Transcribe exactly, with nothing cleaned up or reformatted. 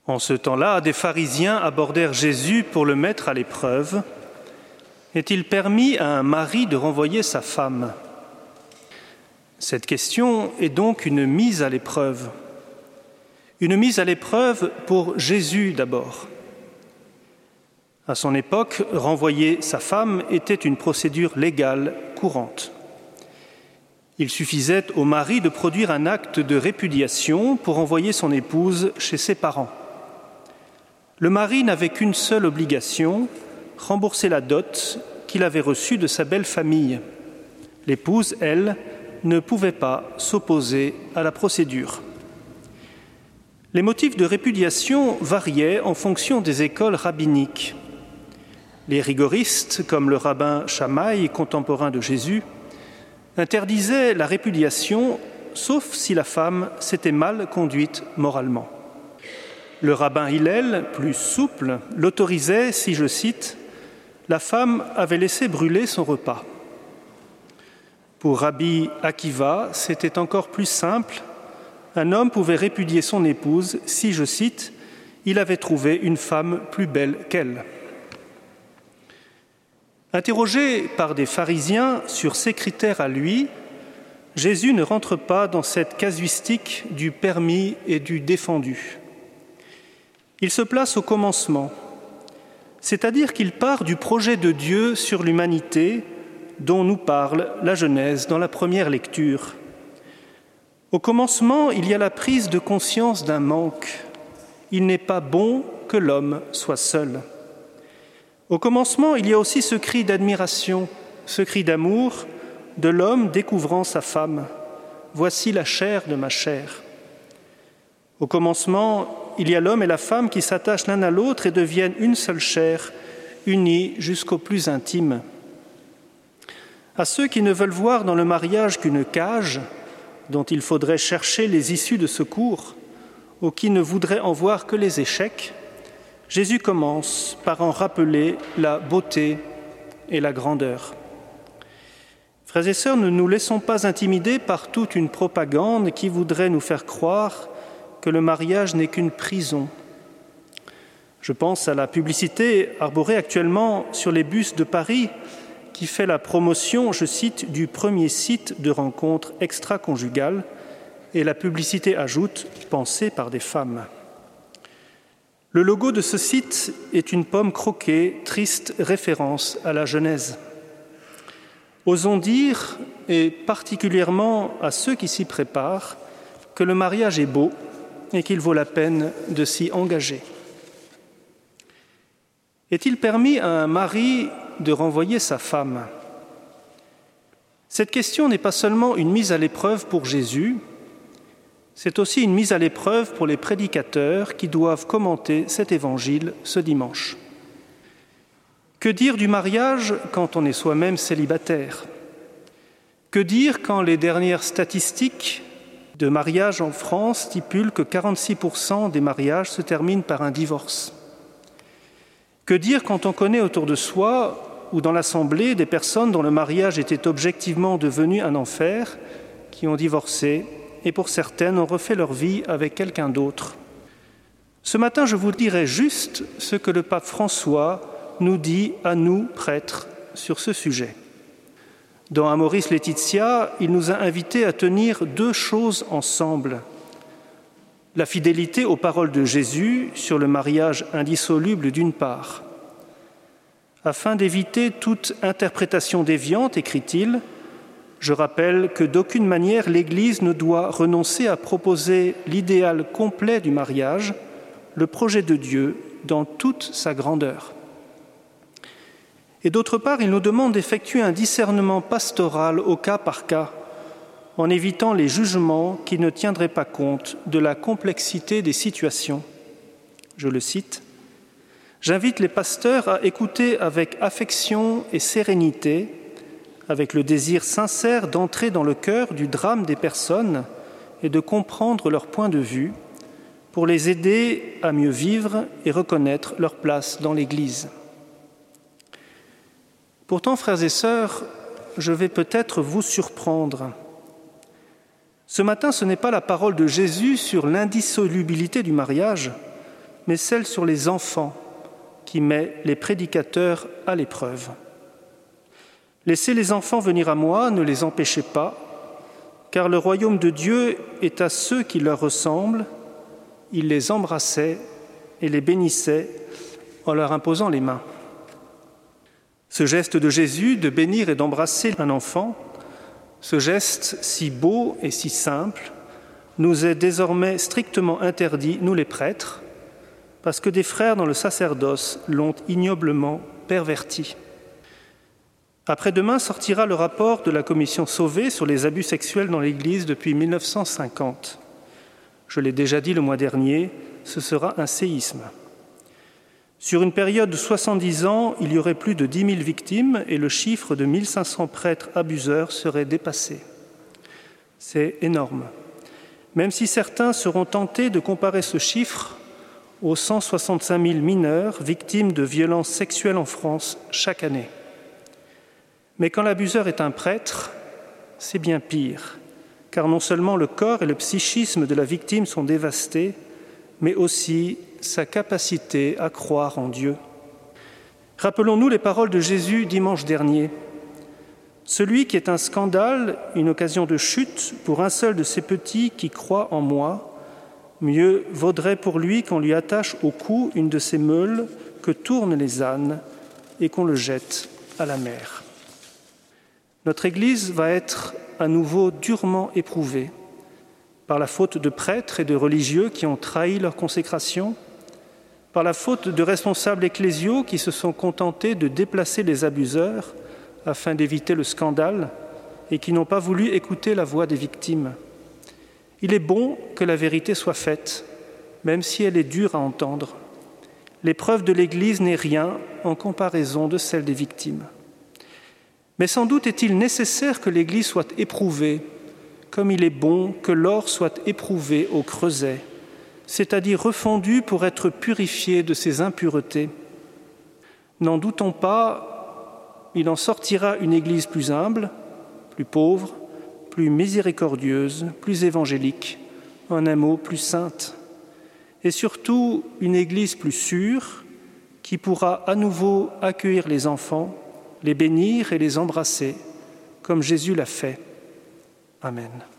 En ce temps-là, des pharisiens abordèrent Jésus pour le mettre à l'épreuve. Est-il permis à un mari de renvoyer sa femme ? Cette question est donc une mise à l'épreuve. Une mise à l'épreuve pour Jésus d'abord. À son époque, renvoyer sa femme était une procédure légale courante. Il suffisait au mari de produire un acte de répudiation pour envoyer son épouse chez ses parents. Le mari n'avait qu'une seule obligation, rembourser la dot qu'il avait reçue de sa belle famille. L'épouse, elle, ne pouvait pas s'opposer à la procédure. Les motifs de répudiation variaient en fonction des écoles rabbiniques. Les rigoristes, comme le rabbin Shammai, contemporain de Jésus, interdisaient la répudiation, sauf si la femme s'était mal conduite moralement. Le rabbin Hillel, plus souple, l'autorisait si, je cite, « la femme avait laissé brûler son repas ». Pour Rabbi Akiva, c'était encore plus simple. Un homme pouvait répudier son épouse si, je cite, « il avait trouvé une femme plus belle qu'elle ». Interrogé par des pharisiens sur ses critères à lui, Jésus ne rentre pas dans cette casuistique du permis et du défendu. Il se place au commencement, c'est-à-dire qu'il part du projet de Dieu sur l'humanité dont nous parle la Genèse dans la première lecture. Au commencement, il y a la prise de conscience d'un manque. Il n'est pas bon que l'homme soit seul. Au commencement, il y a aussi ce cri d'admiration, ce cri d'amour de l'homme découvrant sa femme. « Voici la chair de ma chair ». Au commencement, il y a l'homme et la femme qui s'attachent l'un à l'autre et deviennent une seule chair, unis jusqu'au plus intime. À ceux qui ne veulent voir dans le mariage qu'une cage dont il faudrait chercher les issues de secours, ou qui ne voudraient en voir que les échecs, Jésus commence par en rappeler la beauté et la grandeur. Frères et sœurs, ne nous laissons pas intimider par toute une propagande qui voudrait nous faire croire que le mariage n'est qu'une prison. Je pense à la publicité arborée actuellement sur les bus de Paris qui fait la promotion, je cite, du premier site de rencontre extra-conjugale, et la publicité ajoute « pensée par des femmes ». Le logo de ce site est une pomme croquée, triste référence à la Genèse. Osons dire, et particulièrement à ceux qui s'y préparent, que le mariage est beau et qu'il vaut la peine de s'y engager. Est-il permis à un mari de renvoyer sa femme ? Cette question n'est pas seulement une mise à l'épreuve pour Jésus, c'est aussi une mise à l'épreuve pour les prédicateurs qui doivent commenter cet évangile ce dimanche. Que dire du mariage quand on est soi-même célibataire ? Que dire quand les dernières statistiques de mariage en France stipulent que quarante-six pour cent des mariages se terminent par un divorce ? Que dire quand on connaît autour de soi ou dans l'Assemblée des personnes dont le mariage était objectivement devenu un enfer, qui ont divorcé et pour certaines ont refait leur vie avec quelqu'un d'autre ? Ce matin, je vous dirai juste ce que le pape François nous dit à nous, prêtres, sur ce sujet. Dans Amoris Laetitia, il nous a invités à tenir deux choses ensemble. La fidélité aux paroles de Jésus sur le mariage indissoluble d'une part. Afin d'éviter toute interprétation déviante, écrit-il, je rappelle que d'aucune manière l'Église ne doit renoncer à proposer l'idéal complet du mariage, le projet de Dieu dans toute sa grandeur. Et d'autre part, il nous demande d'effectuer un discernement pastoral au cas par cas, en évitant les jugements qui ne tiendraient pas compte de la complexité des situations. Je le cite, « J'invite les pasteurs à écouter avec affection et sérénité, avec le désir sincère d'entrer dans le cœur du drame des personnes et de comprendre leur point de vue, pour les aider à mieux vivre et reconnaître leur place dans l'Église. » Pourtant, frères et sœurs, je vais peut-être vous surprendre. Ce matin, ce n'est pas la parole de Jésus sur l'indissolubilité du mariage, mais celle sur les enfants qui met les prédicateurs à l'épreuve. Laissez les enfants venir à moi, ne les empêchez pas, car le royaume de Dieu est à ceux qui leur ressemblent. Il les embrassait et les bénissait en leur imposant les mains. Ce geste de Jésus de bénir et d'embrasser un enfant, ce geste si beau et si simple, nous est désormais strictement interdit, nous les prêtres, parce que des frères dans le sacerdoce l'ont ignoblement perverti. Après-demain sortira le rapport de la commission Sauvé sur les abus sexuels dans l'Église depuis mille neuf cent cinquante. Je l'ai déjà dit le mois dernier, ce sera un séisme. Sur une période de soixante-dix ans, il y aurait plus de dix mille victimes et le chiffre de mille cinq cents prêtres abuseurs serait dépassé. C'est énorme. Même si certains seront tentés de comparer ce chiffre aux cent soixante-cinq mille mineurs victimes de violences sexuelles en France chaque année. Mais quand l'abuseur est un prêtre, c'est bien pire, car non seulement le corps et le psychisme de la victime sont dévastés, mais aussi sa capacité à croire en Dieu. Rappelons-nous les paroles de Jésus dimanche dernier. « Celui qui est un scandale, une occasion de chute pour un seul de ces petits qui croient en moi, mieux vaudrait pour lui qu'on lui attache au cou une de ces meules que tournent les ânes et qu'on le jette à la mer. » Notre Église va être à nouveau durement éprouvée par la faute de prêtres et de religieux qui ont trahi leur consécration, par la faute de responsables ecclésiaux qui se sont contentés de déplacer les abuseurs afin d'éviter le scandale et qui n'ont pas voulu écouter la voix des victimes. Il est bon que la vérité soit faite, même si elle est dure à entendre. L'épreuve de l'Église n'est rien en comparaison de celle des victimes. Mais sans doute est-il nécessaire que l'Église soit éprouvée, comme il est bon que l'or soit éprouvé au creuset, c'est-à-dire refondu pour être purifié de ses impuretés. N'en doutons pas, il en sortira une Église plus humble, plus pauvre, plus miséricordieuse, plus évangélique, en un mot, plus sainte, et surtout une Église plus sûre qui pourra à nouveau accueillir les enfants, les bénir et les embrasser, comme Jésus l'a fait. Amen.